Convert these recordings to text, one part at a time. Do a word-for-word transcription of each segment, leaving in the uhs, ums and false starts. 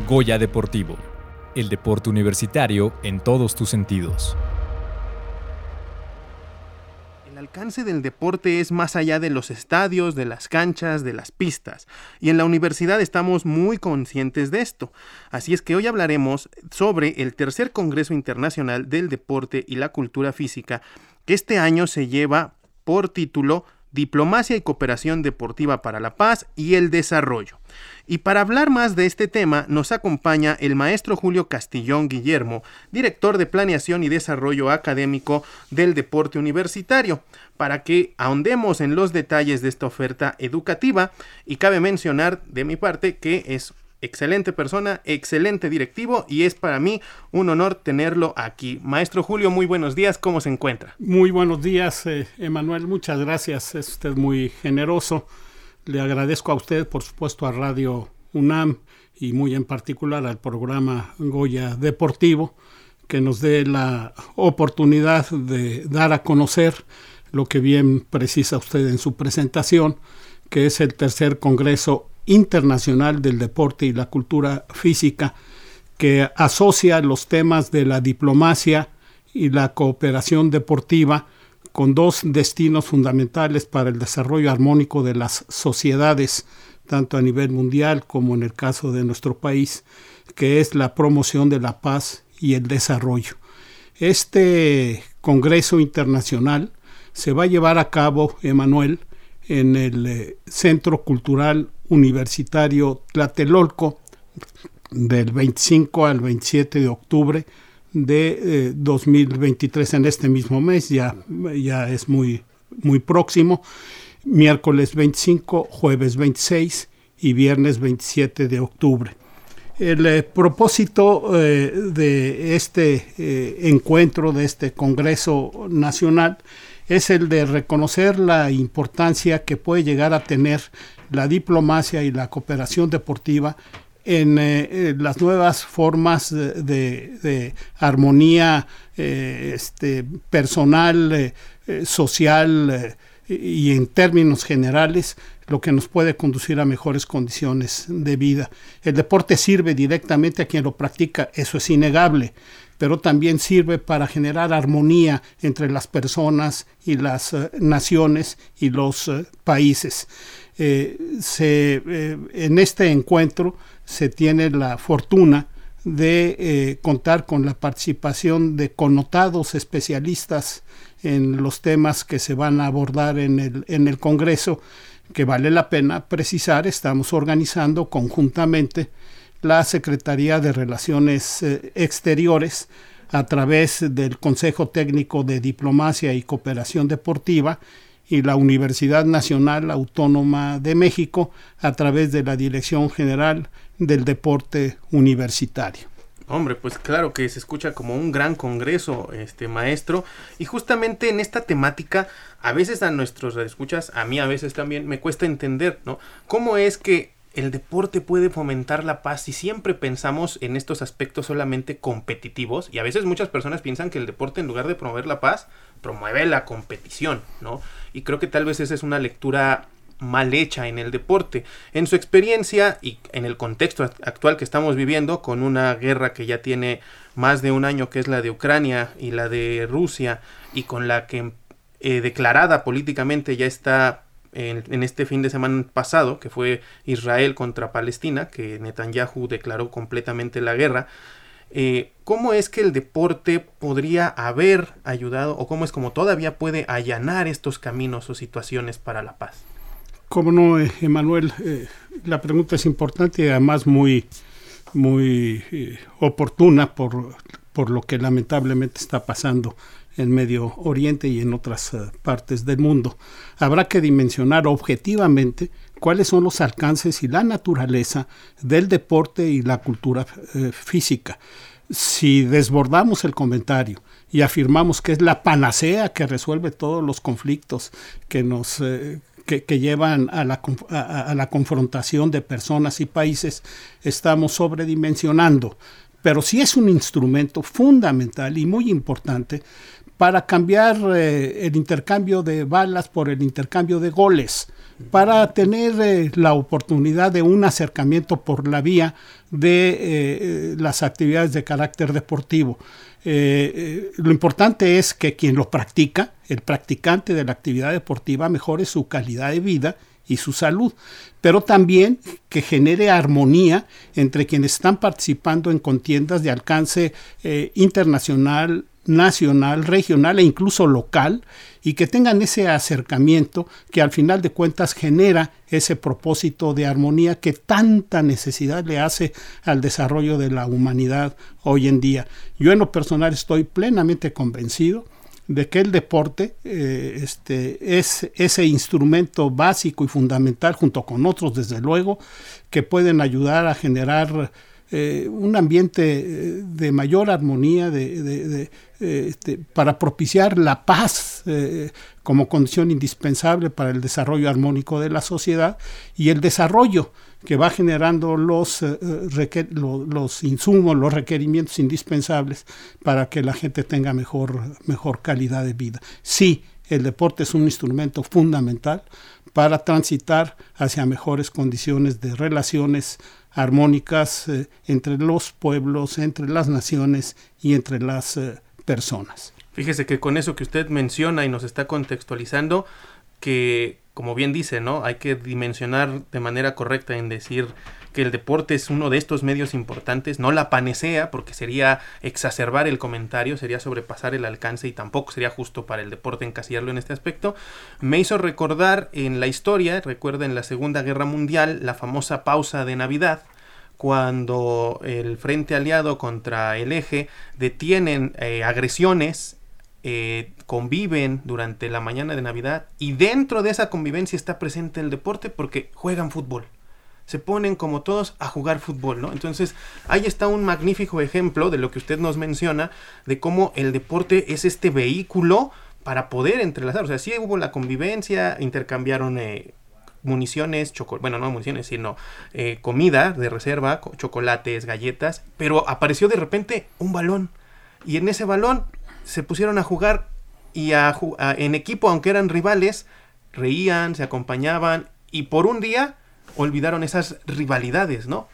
Goya Deportivo, el deporte universitario en todos tus sentidos. El alcance del deporte es más allá de los estadios, de las canchas, de las pistas, y en la universidad estamos muy conscientes de esto. Así es que hoy hablaremos sobre el tercer Congreso Internacional del Deporte y la Cultura Física, que este año se lleva por título Diplomacia y Cooperación Deportiva para la Paz y el Desarrollo. Y para hablar más de este tema nos acompaña el maestro Julio Castillón Guillermo, director de Planeación y Desarrollo Académico del Deporte Universitario, para que ahondemos en los detalles de esta oferta educativa. Y cabe mencionar de mi parte que es excelente persona, excelente directivo, y es para mí un honor tenerlo aquí. Maestro Julio, muy buenos días, ¿cómo se encuentra? Muy buenos días, eh, Emanuel, muchas gracias, es usted muy generoso. Le agradezco a usted, por supuesto, a Radio UNAM y muy en particular al programa Goya Deportivo, que nos dé la oportunidad de dar a conocer lo que bien precisa usted en su presentación, que es el tercer Congreso Internacional del Deporte y la Cultura Física, que asocia los temas de la diplomacia y la cooperación deportiva con dos destinos fundamentales para el desarrollo armónico de las sociedades, tanto a nivel mundial como en el caso de nuestro país, que es la promoción de la paz y el desarrollo. Este Congreso Internacional se va a llevar a cabo, Emanuel, en el eh, Centro Cultural Universitario Tlatelolco del veinticinco al veintisiete de octubre de eh, dos mil veintitrés, en este mismo mes, ya, ya es muy, muy próximo, miércoles veinticinco, jueves veintiséis y viernes veintisiete de octubre. El eh, propósito eh, de este eh, encuentro, de este Congreso Nacional, es el de reconocer la importancia que puede llegar a tener la diplomacia y la cooperación deportiva en eh, las nuevas formas de, de, de armonía eh, este, personal, eh, eh, social eh, y en términos generales, lo que nos puede conducir a mejores condiciones de vida. El deporte sirve directamente a quien lo practica, eso es innegable, pero también sirve para generar armonía entre las personas y las uh, naciones y los uh, países. Eh, se, eh, en este encuentro se tiene la fortuna de eh, contar con la participación de connotados especialistas en los temas que se van a abordar en el, en el Congreso, que vale la pena precisar. Estamos organizando conjuntamente la Secretaría de Relaciones eh, Exteriores a través del Consejo Técnico de Diplomacia y Cooperación Deportiva y la Universidad Nacional Autónoma de México a través de la Dirección General del Deporte Universitario. Hombre, pues claro que se escucha como un gran congreso, este maestro, y justamente en esta temática, a veces a nuestros escuchas, a mí a veces también me cuesta entender, ¿no? ¿Cómo es que el deporte puede fomentar la paz si siempre pensamos en estos aspectos solamente competitivos? Y a veces muchas personas piensan que el deporte, en lugar de promover la paz, promueve la competición, ¿no? Y creo que tal vez esa es una lectura mal hecha en el deporte. En su experiencia y en el contexto actual que estamos viviendo, con una guerra que ya tiene más de un año, que es la de Ucrania y la de Rusia, y con la que eh, declarada políticamente ya está En, en este fin de semana pasado, que fue Israel contra Palestina, que Netanyahu declaró completamente la guerra, eh, ¿cómo es que el deporte podría haber ayudado, o cómo es como todavía puede allanar estos caminos o situaciones para la paz? Cómo no, eh, Emanuel, eh, la pregunta es importante y además muy, muy eh, oportuna por, por lo que lamentablemente está pasando en Medio Oriente y en otras uh, partes del mundo. Habrá que dimensionar objetivamente cuáles son los alcances y la naturaleza del deporte y la cultura uh, física. Si desbordamos el comentario y afirmamos que es la panacea que resuelve todos los conflictos que nos uh, que, que llevan a la, a, a la confrontación de personas y países, estamos sobredimensionando. Pero sí es un instrumento fundamental y muy importante para cambiar eh, el intercambio de balas por el intercambio de goles, para tener eh, la oportunidad de un acercamiento por la vía de eh, las actividades de carácter deportivo. Eh, eh, lo importante es que quien lo practica, el practicante de la actividad deportiva, mejore su calidad de vida y su salud, pero también que genere armonía entre quienes están participando en contiendas de alcance eh, internacional, nacional, regional e incluso local, y que tengan ese acercamiento que al final de cuentas genera ese propósito de armonía que tanta necesidad le hace al desarrollo de la humanidad hoy en día. Yo en lo personal estoy plenamente convencido de que el deporte eh, este, es ese instrumento básico y fundamental, junto con otros desde luego, que pueden ayudar a generar eh, un ambiente de mayor armonía, de, de, de, eh, este, para propiciar la paz eh, como condición indispensable para el desarrollo armónico de la sociedad y el desarrollo que va generando los, eh, requer- lo, los insumos, los requerimientos indispensables para que la gente tenga mejor, mejor calidad de vida. Sí, el deporte es un instrumento fundamental para transitar hacia mejores condiciones de relaciones armónicas eh, entre los pueblos, entre las naciones y entre las eh, personas. Fíjese que con eso que usted menciona y nos está contextualizando, que como bien dice, ¿no? Hay que dimensionar de manera correcta en decir que el deporte es uno de estos medios importantes, no la panacea, porque sería exacerbar el comentario, sería sobrepasar el alcance y tampoco sería justo para el deporte encasillarlo en este aspecto. Me hizo recordar en la historia, recuerda en la Segunda Guerra Mundial, la famosa pausa de Navidad, cuando el frente aliado contra el eje detienen eh, agresiones, Eh, conviven durante la mañana de Navidad y dentro de esa convivencia está presente el deporte porque juegan fútbol. Se ponen como todos a jugar fútbol, ¿no? Entonces ahí está un magnífico ejemplo de lo que usted nos menciona, de cómo el deporte es este vehículo para poder entrelazar. O sea, sí hubo la convivencia, intercambiaron eh, municiones, choco- bueno, no municiones, sino eh, comida de reserva, chocolates, galletas, pero apareció de repente un balón y en ese balón se pusieron a jugar y a, a, en equipo, aunque eran rivales, reían, se acompañaban y por un día olvidaron esas rivalidades, ¿no?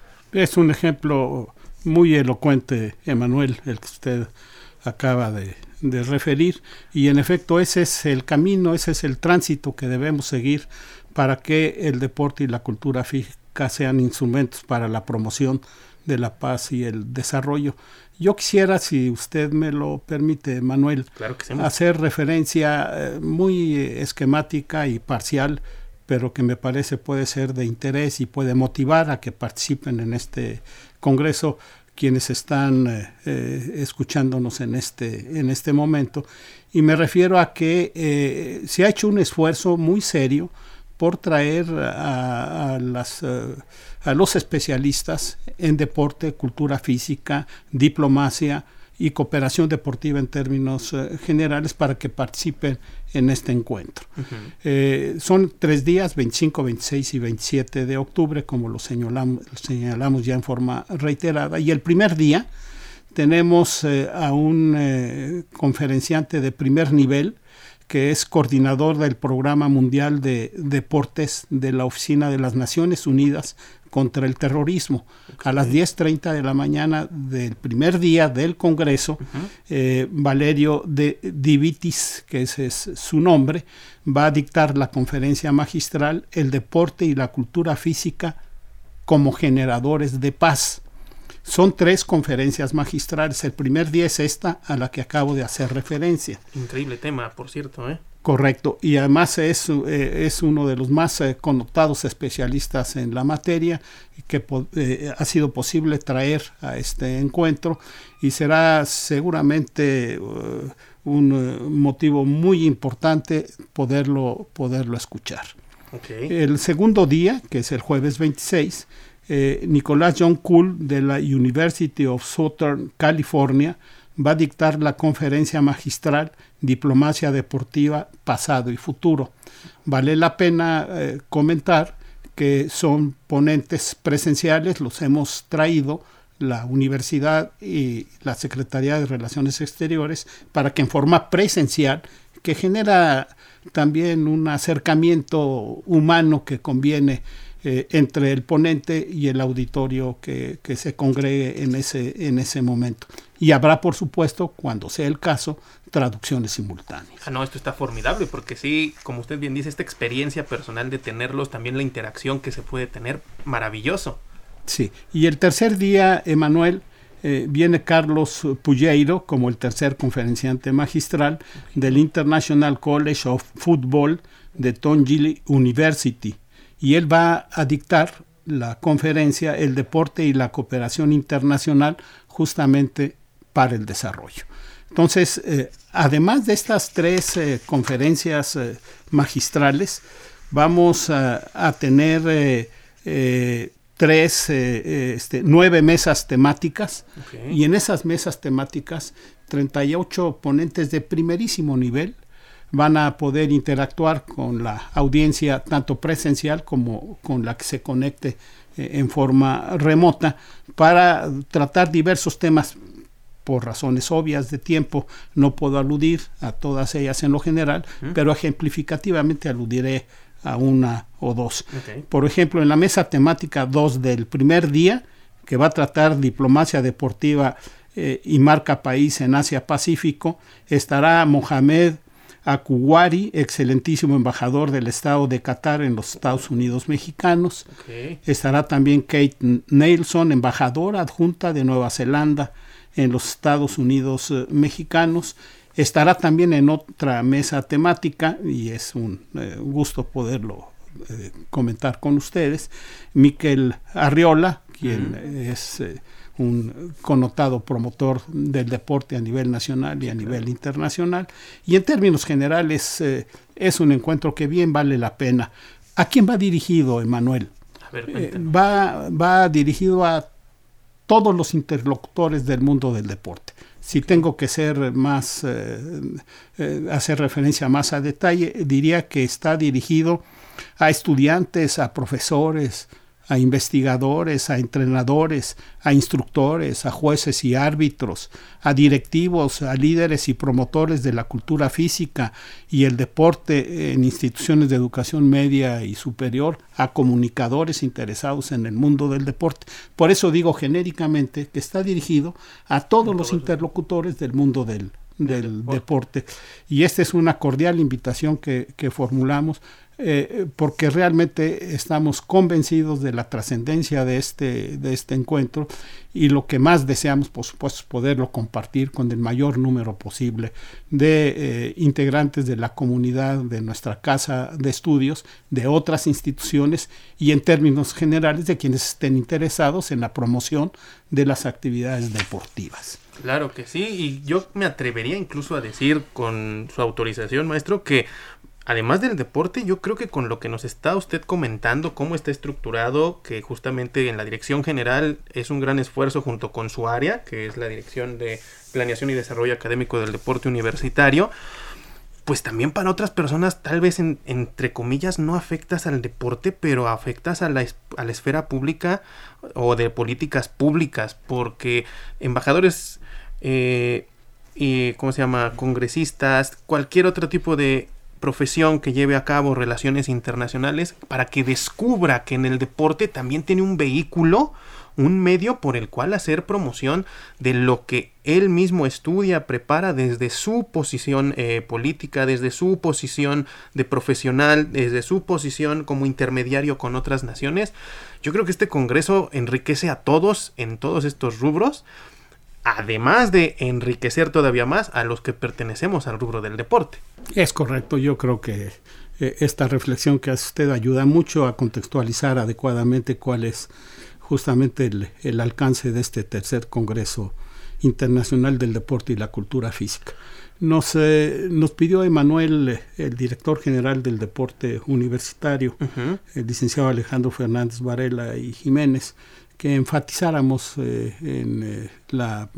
Es un ejemplo muy elocuente, Emanuel, el que usted acaba de, de referir, y en efecto ese es el camino, ese es el tránsito que debemos seguir para que el deporte y la cultura física sean instrumentos para la promoción de la paz y el desarrollo. Yo quisiera, si usted me lo permite, Manuel, claro que sí, hacer referencia eh, muy esquemática y parcial, pero que me parece puede ser de interés y puede motivar a que participen en este congreso quienes están eh, eh, escuchándonos en este, en este momento. Y me refiero a que eh, se ha hecho un esfuerzo muy serio por traer a, a, las, uh, a los especialistas en deporte, cultura física, diplomacia y cooperación deportiva en términos uh, generales para que participen en este encuentro. Uh-huh. Eh, son tres días, veinticinco, veintiséis y veintisiete de octubre, como lo señalamos, señalamos ya en forma reiterada, y el primer día tenemos eh, a un eh, conferenciante de primer nivel, que es coordinador del Programa Mundial de Deportes de la Oficina de las Naciones Unidas contra el Terrorismo. Okay. A las diez treinta de la mañana del primer día del Congreso, uh-huh. eh, Valerio de Divitis, que ese es su nombre, va a dictar la conferencia magistral El deporte y la cultura física como generadores de paz. Son tres conferencias magistrales. El primer día es esta a la que acabo de hacer referencia. Increíble tema, por cierto, ¿eh? Correcto. Y además es, eh, es uno de los más eh, connotados especialistas en la materia que eh, ha sido posible traer a este encuentro y será seguramente uh, un uh, motivo muy importante poderlo, poderlo escuchar. Okay. El segundo día, que es el jueves veintiséis, Eh, Nicolás John Kuhl de la University of Southern California va a dictar la conferencia magistral Diplomacia Deportiva, Pasado y Futuro. Vale la pena eh, comentar que son ponentes presenciales, los hemos traído la universidad y la Secretaría de Relaciones Exteriores para que en forma presencial, que genera también un acercamiento humano que conviene eh, entre el ponente y el auditorio que, que se congregue en ese, en ese momento. Y habrá, por supuesto, cuando sea el caso, traducciones simultáneas. Ah, no, esto está formidable, porque sí, como usted bien dice, esta experiencia personal de tenerlos, también la interacción que se puede tener, maravilloso. Sí, y el tercer día, Emanuel, eh, viene Carlos Pulleiro como el tercer conferenciante magistral del International College of Football de Thongilly University, y él va a dictar la conferencia El deporte y la cooperación internacional justamente para el desarrollo. Entonces, eh, además de estas tres eh, conferencias eh, magistrales, vamos a, a tener eh, eh, tres, eh, este, nueve mesas temáticas, okay. Y en esas mesas temáticas, treinta y ocho ponentes de primerísimo nivel van a poder interactuar con la audiencia tanto presencial como con la que se conecte eh, en forma remota para tratar diversos temas. Por razones obvias de tiempo no puedo aludir a todas ellas en lo general, ¿Mm? pero ejemplificativamente aludiré a una o dos. Okay. Por ejemplo, en la mesa temática dos del primer día, que va a tratar diplomacia deportiva eh, y marca país en Asia-Pacífico, estará Mohamed Akuwari, excelentísimo embajador del Estado de Qatar en los Estados Unidos mexicanos. Okay. Estará también Kate Nelson, embajadora adjunta de Nueva Zelanda en los Estados Unidos eh, mexicanos. Estará también en otra mesa temática, y es un eh, gusto poderlo eh, comentar con ustedes, Miquel Arriola, quien uh-huh. es eh, un connotado promotor del deporte a nivel nacional y a nivel internacional, y en términos generales eh, es un encuentro que bien vale la pena. ¿A quién va dirigido, Emanuel? A ver, eh, va, va dirigido a todos los interlocutores del mundo del deporte. Si tengo que ser más, eh, eh, hacer referencia más a detalle, diría que está dirigido a estudiantes, a profesores, a investigadores, a entrenadores, a instructores, a jueces y árbitros, a directivos, a líderes y promotores de la cultura física y el deporte en instituciones de educación media y superior, a comunicadores interesados en el mundo del deporte. Por eso digo genéricamente que está dirigido a todos los interlocutores del mundo del, del deporte. Y esta es una cordial invitación que, que formulamos, Eh, porque realmente estamos convencidos de la trascendencia de este, de este encuentro, y lo que más deseamos, por supuesto, es poderlo compartir con el mayor número posible de eh, integrantes de la comunidad de nuestra casa de estudios, de otras instituciones y en términos generales de quienes estén interesados en la promoción de las actividades deportivas. Claro que sí, y yo me atrevería incluso a decir, con su autorización, maestro, que además del deporte, yo creo que con lo que nos está usted comentando, cómo está estructurado, que justamente en la dirección general es un gran esfuerzo junto con su área, que es la Dirección de Planeación y Desarrollo Académico del Deporte Universitario, pues también para otras personas, tal vez en, entre comillas, no afectas al deporte, pero afectas a la, a la esfera pública o de políticas públicas, porque embajadores, eh, y, ¿cómo se llama?, congresistas, cualquier otro tipo de profesión que lleve a cabo relaciones internacionales, para que descubra que en el deporte también tiene un vehículo, un medio por el cual hacer promoción de lo que él mismo estudia, prepara desde su posición eh, política, desde su posición de profesional, desde su posición como intermediario con otras naciones. Yo creo que este congreso enriquece a todos en todos estos rubros, además de enriquecer todavía más a los que pertenecemos al rubro del deporte. Es correcto, yo creo que eh, esta reflexión que hace usted ayuda mucho a contextualizar adecuadamente cuál es justamente el, el alcance de este tercer Congreso Internacional del Deporte y la Cultura Física. Nos, eh, nos pidió Emanuel, el director general del deporte universitario, uh-huh. el licenciado Alejandro Fernández Varela y Jiménez, que enfatizáramos eh, en eh, la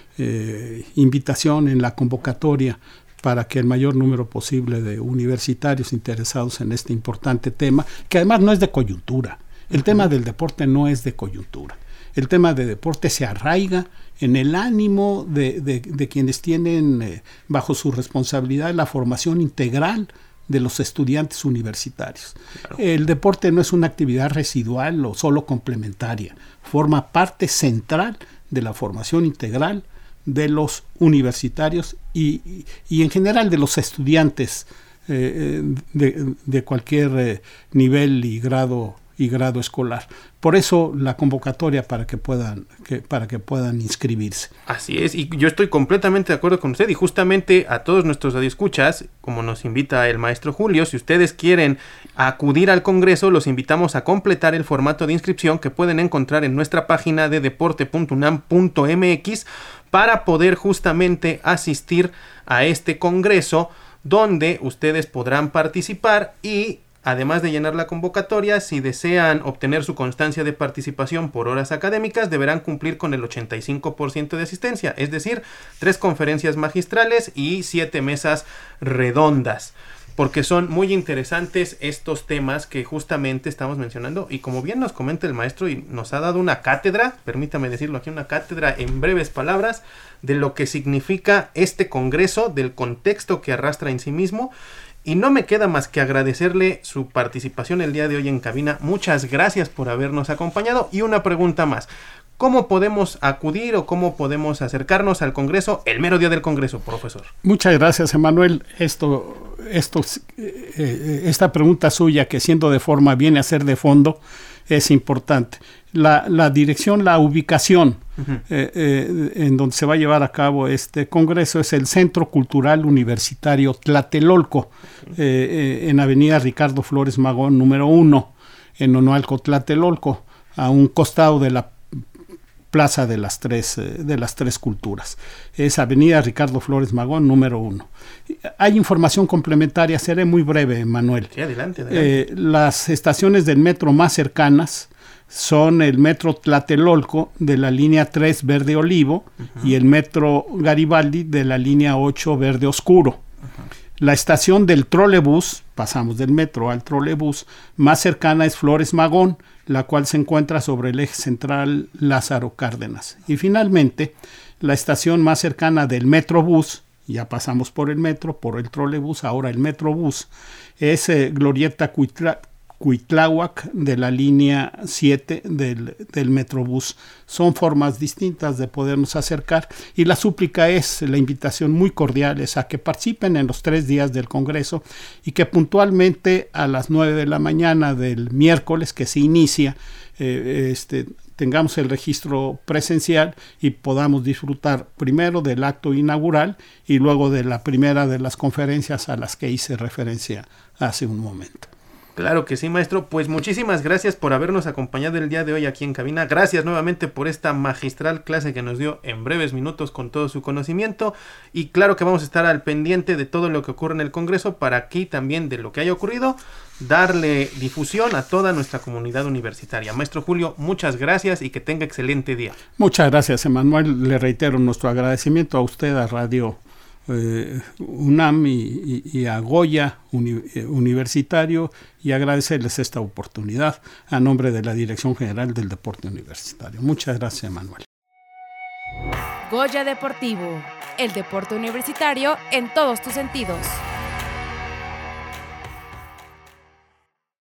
eh, invitación, en la convocatoria, para que el mayor número posible de universitarios interesados en este importante tema, que además no es de coyuntura, El uh-huh. tema del deporte no es de coyuntura. El tema de deporte se arraiga en el ánimo de, de, de quienes tienen eh, bajo su responsabilidad la formación integral de los estudiantes universitarios. Claro. El deporte no es una actividad residual o solo complementaria, forma parte central de la formación integral de los universitarios y, y, y en general de los estudiantes eh, de, de cualquier eh, nivel y grado y grado escolar. Por eso la convocatoria para que puedan que, para que puedan inscribirse. Así es, y yo estoy completamente de acuerdo con usted, y justamente a todos nuestros radioescuchas, como nos invita el maestro Julio, si ustedes quieren acudir al Congreso, los invitamos a completar el formato de inscripción que pueden encontrar en nuestra página de deporte punto unam punto mx para poder justamente asistir a este Congreso, donde ustedes podrán participar y además de llenar la convocatoria, si desean obtener su constancia de participación por horas académicas, deberán cumplir con el ochenta y cinco por ciento de asistencia, es decir, tres conferencias magistrales y siete mesas redondas, porque son muy interesantes estos temas que justamente estamos mencionando, y como bien nos comenta el maestro y nos ha dado una cátedra, permítame decirlo aquí, una cátedra en breves palabras, de lo que significa este congreso, del contexto que arrastra en sí mismo. Y no me queda más que agradecerle su participación el día de hoy en cabina. Muchas gracias por habernos acompañado. Y una pregunta más. ¿Cómo podemos acudir o cómo podemos acercarnos al Congreso el mero día del Congreso, profesor? Muchas gracias, Emanuel. Esto, esto, eh, esta pregunta suya, que siendo de forma viene a ser de fondo, es importante. La, la dirección, la ubicación uh-huh. eh, eh, en donde se va a llevar a cabo este congreso es el Centro Cultural Universitario Tlatelolco, uh-huh. eh, eh, en Avenida Ricardo Flores Magón, número uno, en Onoalco, Tlatelolco, a un costado de la Plaza de las Tres, eh, de las Tres Culturas. Es Avenida Ricardo Flores Magón, número uno. Hay información complementaria, seré muy breve, Manuel. Sí, adelante, adelante. Eh, las estaciones del metro más cercanas son el metro Tlatelolco de la línea tres verde olivo uh-huh. y el metro Garibaldi de la línea ocho verde oscuro. Uh-huh. La estación del trolebús, pasamos del metro al trolebús, más cercana es Flores Magón, la cual se encuentra sobre el eje central Lázaro Cárdenas. Y finalmente, la estación más cercana del metrobús, ya pasamos por el metro, por el trolebús, ahora el metrobús, es eh, Glorieta Cuitla, Cuitláhuac de la línea siete del, del Metrobús. Son formas distintas de podernos acercar y la súplica es, la invitación muy cordial es a que participen en los tres días del Congreso y que puntualmente a las nueve de la mañana del miércoles que se inicia, eh, este, tengamos el registro presencial y podamos disfrutar primero del acto inaugural y luego de la primera de las conferencias a las que hice referencia hace un momento. Claro que sí, maestro. Pues muchísimas gracias por habernos acompañado el día de hoy aquí en cabina. Gracias nuevamente por esta magistral clase que nos dio en breves minutos con todo su conocimiento. Y claro que vamos a estar al pendiente de todo lo que ocurre en el Congreso para aquí también de lo que haya ocurrido, darle difusión a toda nuestra comunidad universitaria. Maestro Julio, muchas gracias y que tenga excelente día. Muchas gracias, Emanuel. Le reitero nuestro agradecimiento a usted, a Radio Eh, UNAM y, y, y a Goya uni, eh, Universitario, y agradecerles esta oportunidad a nombre de la Dirección General del Deporte Universitario. Muchas gracias, Manuel. Goya Deportivo, el deporte universitario en todos tus sentidos.